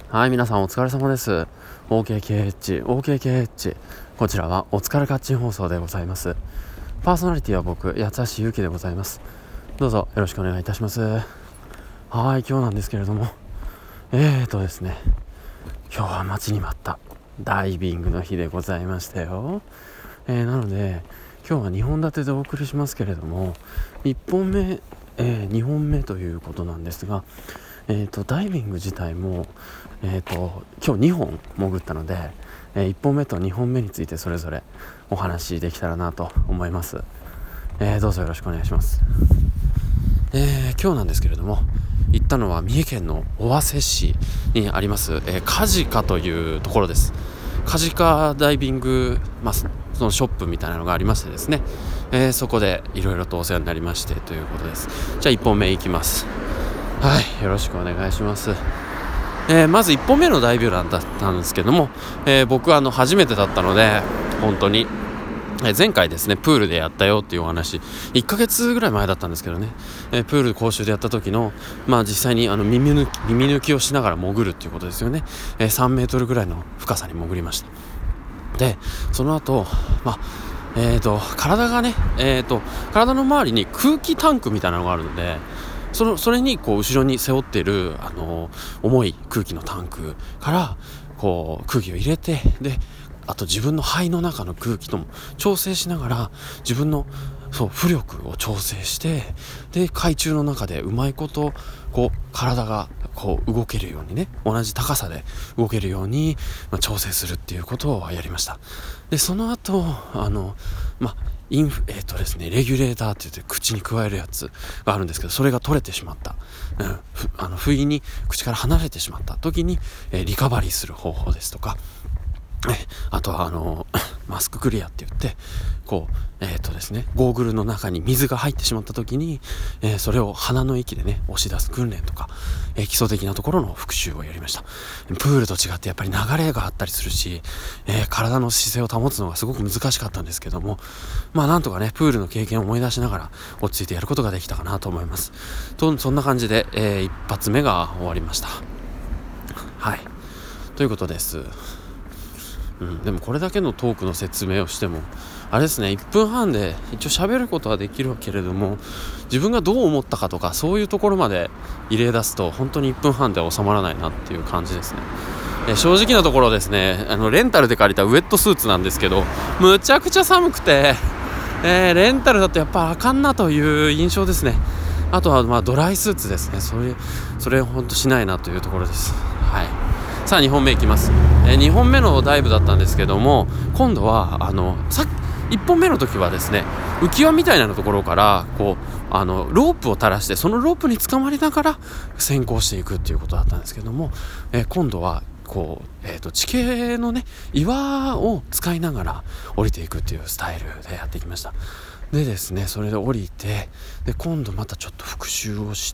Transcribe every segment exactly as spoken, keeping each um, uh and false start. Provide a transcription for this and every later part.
はい、皆さんお疲れ様です。 オーケーケーエイチ オーケーケーエイチ こちらはお疲れカッチン放送でございます。パーソナリティは僕八橋ゆうきでございます。どうぞよろしくお願いいたします。はい、今日なんですけれどもえーとですね今日は待ちに待ったダイビングの日でございましたよ。えー、なので今日はにほん立てでお送りしますけれども、いっぽんめ、えー、にほんめということなんですが、えーとダイビング自体も、えーと今日にほん潜ったので、えー、いっぽんめとにほんめについてそれぞれお話できたらなと思います。えー、どうぞよろしくお願いします。えー、今日なんですけれども、行ったのは三重県の尾鷲市にあります、えー、カジカというところです。カジカダイビング、まあ、そのショップみたいなのがありましてですね、えー、そこでいろいろとお世話になりましてということです。じゃあいっぽんめいきます。はい、よろしくお願いします。えー、まずいっぽんめのダイビングだったんですけども、えー、僕はあの初めてだったので本当にえ前回ですねプールでやったよっていうお話、いっかげつぐらい前だったんですけどね、えー、プール講習でやった時の、まあ、実際にあの耳抜き、耳抜きをしながら潜るっていうことですよね。えー、さんメートルぐらいの深さに潜りました。でその後、まあえー、と体がね、えー、と体の周りに空気タンクみたいなのがあるので、そのそれにこう後ろに背負っている、あのー、重い空気のタンクからこう空気を入れて、であと自分の肺の中の空気とも調整しながら自分のそう浮力を調整して、で海中の中でうまいことこう体がこう動けるようにね、同じ高さで動けるように、まあ、調整するっていうことをやりました。でその後あのまあインフえーとですねレギュレーターって言って口に加えるやつがあるんですけど、それが取れてしまった、うん、あの不意に口から離れてしまった時に、えー、リカバリーする方法ですとか、えあとはあのマスククリアって言ってこうえっとですねゴーグルの中に水が入ってしまった時に、えー、それを鼻の息でね押し出す訓練とか、えー、基礎的なところの復習をやりました。プールと違ってやっぱり流れがあったりするし、えー、体の姿勢を保つのがすごく難しかったんですけども、まあなんとかねプールの経験を思い出しながら落ち着いてやることができたかなと思います。とそんな感じで、えー、一発目が終わりました。はいということです。うん、でもこれだけのトークの説明をしてもあれですね、いっぷんはんで一応喋ることはできるけれども、自分がどう思ったかとかそういうところまで入れ出すと本当にいっぷんはんで収まらないなっていう感じですね。え正直なところですね、あのレンタルで借りたウェットスーツなんですけど、むちゃくちゃ寒くて、えー、レンタルだとやっぱあかんなという印象ですね。あとはまあドライスーツですね、それそれ本当しないなというところです。はい、さあにほんめいきます。えー、にほんめのダイブだったんですけども、今度はあのさいっぽんめの時はですね浮き輪みたいなところからこうあのロープを垂らして、そのロープにつかまりながら潜行していくっていうことだったんですけども、えー、今度はこう、えーと、地形のね岩を使いながら降りていくっていうスタイルでやってきました。でですねそれで降りて、で今度またちょっと復習をして、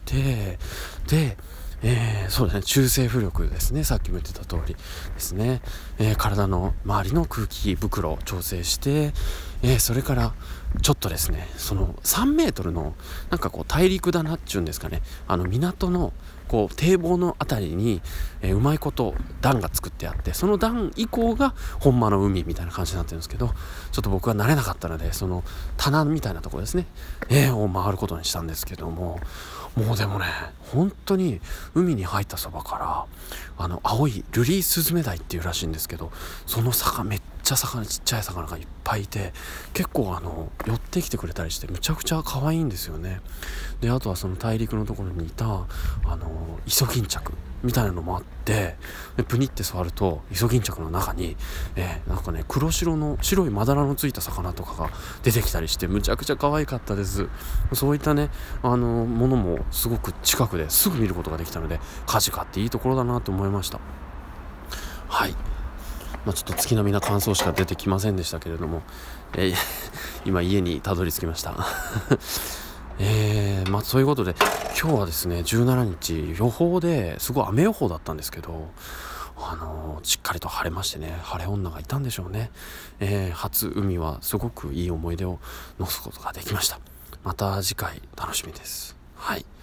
でえー、そうですね中性浮力ですね、さっきも言ってた通りですね、えー、体の周りの空気袋を調整して、えー、それからちょっとですねそのさんメートルのなんかこう大陸だなっちゅうんですかね、あの港のこう堤防のあたりに、えー、うまいこと段が作ってあって、その段以降が本間の海みたいな感じになってるんですけど、ちょっと僕は慣れなかったのでその棚みたいなところですね、えー、を回ることにしたんですけども、もうでもね本当に海に入ったそばからあの青いルリースズメダイっていうらしいんですけど、その魚めっちゃ魚ちっちゃい魚がいっぱいいて、結構あの寄ってきてくれたりしてむちゃくちゃ可愛いんですよね。であとはその大陸のところにいたあのイソギンチャクみたいなのもあって、でプニって触るとイソギンチャクの中に、えー、なんかね黒白の白いまだらのついた魚とかが出てきたりしてむちゃくちゃ可愛かったです。そういったねあのものもすごく近くですぐ見ることができたので、カジカっていいところだなと思いました。はい、まあ、ちょっと月並みな感想しか出てきませんでしたけれども、えー、今家にたどり着きましたえー、まあそういうことで今日はですねじゅうしちにち予報ですごい雨予報だったんですけど、あのー、しっかりと晴れましてね、晴れ女がいたんでしょうね。えー、初海はすごくいい思い出を残すことができました。また次回楽しみです。はい。